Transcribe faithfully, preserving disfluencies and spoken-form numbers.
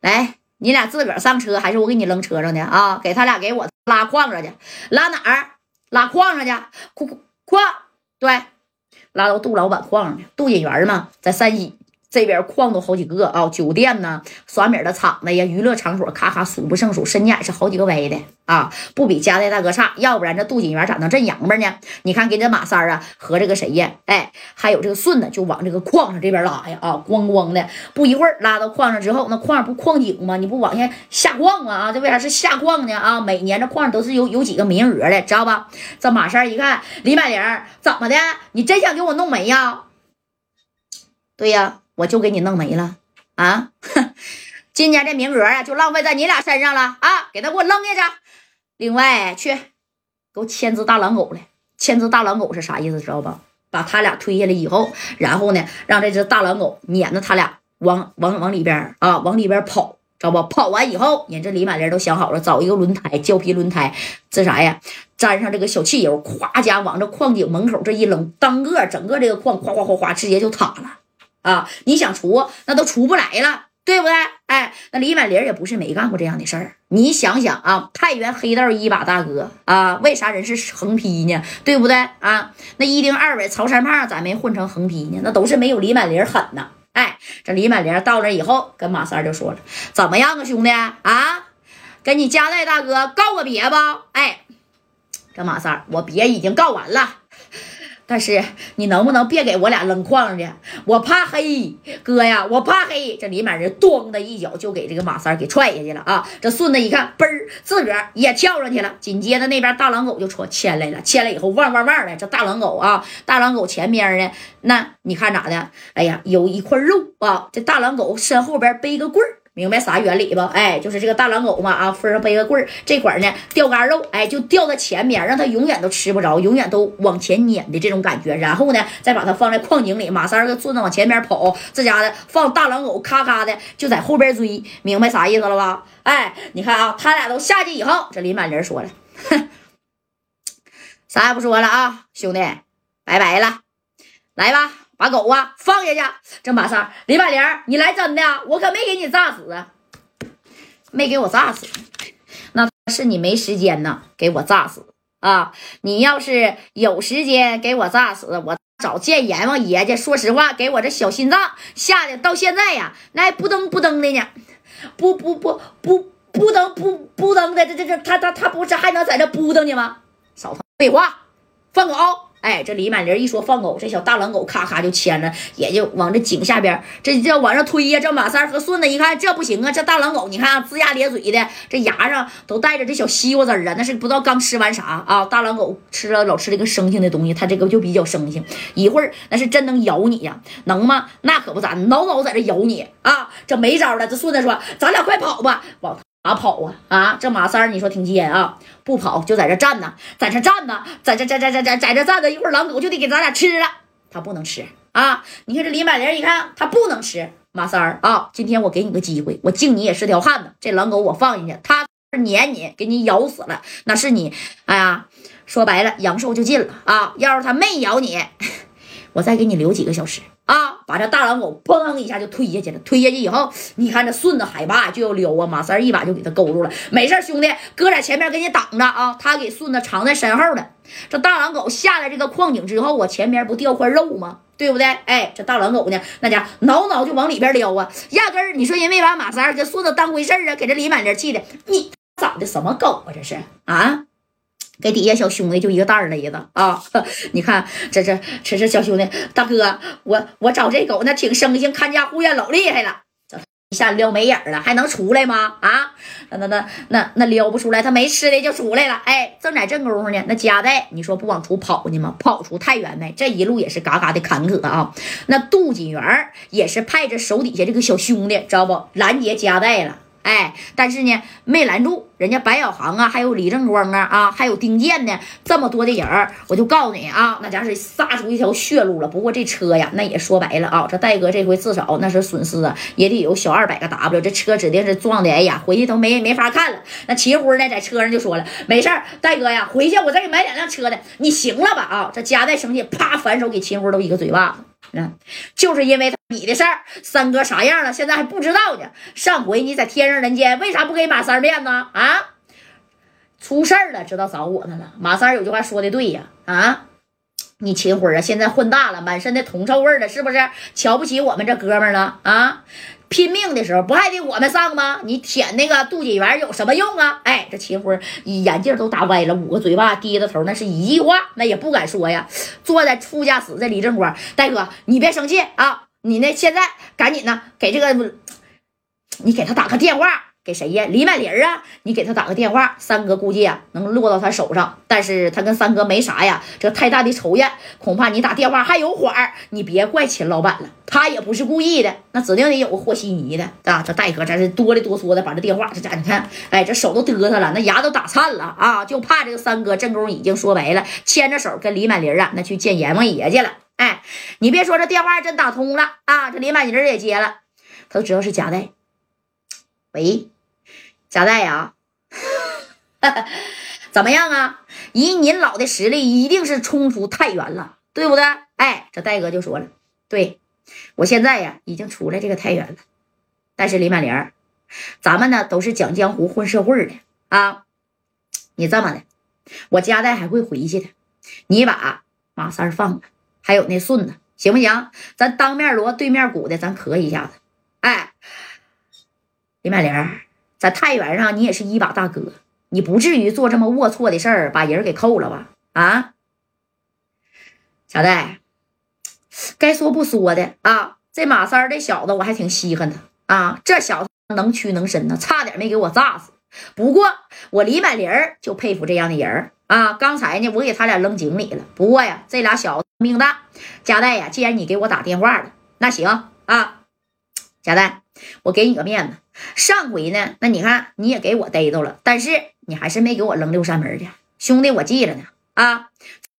来，你俩自个儿上车，还是我给你扔车上去啊？给他俩给我拉矿上去，拉哪儿？拉矿上去，矿矿对，拉到杜老板矿上去。杜锦元嘛，在山西。这边矿都好几个啊，酒店呢、耍米的厂子呀、娱乐场所，咔咔数不胜数，身价也是好几个位的啊，不比家代大哥差。要不然这杜锦元咋能这洋巴呢？你看，给这马三啊和这个谁呀，哎，还有这个顺子，就往这个矿上这边拉呀啊，咣咣的。不一会儿拉到矿上之后，那矿上不矿井吗？你不往下下矿啊啊？这为啥是下矿呢？啊，每年这矿上都是有有几个名额的，知道吧？这马三一看，李满玲怎么的？你真想给我弄没呀？对呀。我就给你弄没了啊！哼，今年这名额啊，就浪费在你俩身上了啊！给他给我扔下去。另外，去给我牵只大狼狗来。牵只大狼狗是啥意思？知道吧？把他俩推下来以后，然后呢，让这只大狼狗撵着他俩往往往里边啊，往里边跑，知道吧？跑完以后，人这李满玲都想好了，找一个轮胎，胶皮轮胎，这啥呀？沾上这个小汽油，咵家往这矿井门口这一扔，当个整个这个矿哗哗哗哗直接就塌了。啊，你想除那都除不来了，对不对？哎，那李满玲也不是没干过这样的事儿。你想想啊，太原黑道一把大哥啊，为啥人是横批呢？对不对啊？那一丁二尾曹三胖咋没混成横批呢？那都是没有李满玲狠呐。哎，这李满玲到那以后，跟马三就说了，怎么样啊，兄弟啊，跟你家代大哥告个别吧。哎，这马三，我别已经告完了。但是你能不能别给我俩扔矿上去？我怕黑，哥呀，我怕黑。这李满人咣的一脚就给这个马三给踹下去了啊！这顺子一看，嘣儿，自个儿也跳上去了。紧接着那边大狼狗就戳牵来了，牵来以后汪汪汪的。这大狼狗啊，大狼狗前边呢，那你看咋的？哎呀，有一块肉啊！这大狼狗身后边背个棍儿。明白啥原理吧？哎，就是这个大狼狗嘛啊，身上背个棍儿，这块呢吊杆肉，哎，就吊在前面，让它永远都吃不着，永远都往前撵的这种感觉。然后呢，再把它放在矿井里，马三个顺着往前面跑，这家的放大狼狗咔咔的就在后边追，明白啥意思了吧？哎，你看啊，他俩都下去以后，这李满玲说了，哼，啥也不说了啊，兄弟，拜拜了，来吧。把狗啊放下去！这马三，李满玲，你来真的，我可没给你炸死啊，没给我炸死，那是你没时间呢，给我炸死啊！你要是有时间给我炸死，我找见阎王爷去。说实话，给我这小心脏吓得到现在呀，那还不噔不噔的呢，不不不不不噔不不噔的，这这这他他他不是还能在这不噔呢吗？少他废话，放狗！哎，这李满玲一说放狗，这小大狼狗咔咔就牵着，也就往这井下边，这这往上推呀。这马三和顺子一看，这不行啊！这大狼狗，你看啊，龇牙咧嘴的，这牙上都带着这小西瓜籽啊，那是不知道刚吃完啥啊！大狼狗吃了老吃这个生性的东西，它这个就比较生性，一会儿那是真能咬你呀，能吗？那可不咋，挠挠在这咬你啊！这没招了。这顺子说：“咱俩快跑吧！”往哪跑啊？啊，这马三你说挺尖啊，不跑就在这站呢，在这站呢，在这在这在这在这站着，一会儿狼狗就得给咱俩吃了，他不能吃啊！你看这李满玲，一看他不能吃，马三啊，今天我给你个机会，我敬你也是条汉子，这狼狗我放进去，他撵你，给你咬死了，那是你，哎呀，说白了阳寿就尽了啊！要是他没咬你，我再给你留几个小时。啊！把这大狼狗砰一下就推下去了，推下去以后，你看这顺子海拔就要溜啊，马三一把就给他勾住了。没事兄弟，哥在前面给你挡着啊，他给顺子藏在身后的。这大狼狗下来这个矿井之后，我前面不掉块肉吗？对不对？哎，这大狼狗呢，那家挠挠就往里边撩啊，压根儿你说人没把马三这顺子当回事啊，给这李满玲气的，你长的什么狗啊？这是啊！给底下小兄弟就一个蛋儿勒子啊！你看这这这这小兄弟大哥，我我找这狗那挺生性，看家护院老厉害了，这一下撩没影了，还能出来吗？啊，那那那那那撩不出来，他没吃的就出来了。哎，正在正功夫呢，那家代你说不往出跑呢吗？跑出太原呗，这一路也是嘎嘎的坎坷啊。那杜锦元也是派着手底下这个小兄弟，知道不？拦截家代了。哎，但是呢，没拦住人家白小航啊，还有李正光啊，啊，还有丁健呢，这么多的人儿，我就告诉你啊，那家是杀出一条血路了。不过这车呀，那也说白了啊，这戴哥这回至少那是损失啊，也得有小二百个 W， 这车指定是撞的，哎呀，回去都没没法看了。那秦呼呢，在车上就说了，没事儿，戴哥呀，回去我再给买两辆车的，你行了吧？啊，这家代生气，啪反手给秦呼都一个嘴巴子。嗯，就是因为他你的事儿，三哥啥样了，现在还不知道呢。上回你在天上人间，为啥不给马三面呢？啊，出事儿了，知道找我们了。马三有句话说的对呀，啊，你秦辉啊，现在混大了，满身的铜臭味了，是不是？瞧不起我们这哥们儿了啊？拼命的时候不还得我们上吗？你舔那个杜锦元有什么用啊？哎，这秦辉眼镜都打歪了，五个嘴巴低着头，那是一句话那也不敢说呀。坐在副驾驶这李正光，大哥你别生气啊，你那现在赶紧呢给这个，你给他打个电话。给谁呀？李满林啊！你给他打个电话，三哥估计啊能落到他手上，但是他跟三哥没啥呀，这太大的仇怨，恐怕你打电话还有缓儿。你别怪秦老板了，他也不是故意的，那指定得有个和稀泥的啊！这戴哥真是哆里哆嗦的把这电话这家你看，哎，这手都嘚瑟了，那牙都打颤了啊！就怕这个三哥正宫已经说白了，牵着手跟李满林啊那去见阎王爷去了。哎，你别说这电话真打通了啊！这李满林也接了，他都知道是贾代。喂。贾代呀，怎么样啊？以您老的实力，一定是冲出太原了，对不对？哎，这戴哥就说了，对，我现在呀已经出来这个太原了。但是李满玲，咱们呢都是讲江湖、混社会的啊。你这么的，我贾代还会回去的。你把马三放了，还有那顺子，行不行？咱当面锣对面鼓的，咱磕一下子。哎，李满玲。在太原上，你也是一把大哥，你不至于做这么龌龊的事儿，把人给扣了吧？啊，小戴，该说不说的啊，这马三这小子我还挺稀罕他啊，这小子能屈能伸呢，差点没给我炸死。不过我李满林就佩服这样的人啊。刚才呢，我给他俩扔井里了。不过呀，这俩小子命大。贾代呀，既然你给我打电话了，那行啊，贾代，我给你个面子。上回呢，那你看你也给我逮着了，但是你还是没给我扔六扇门去，兄弟，我记着呢啊。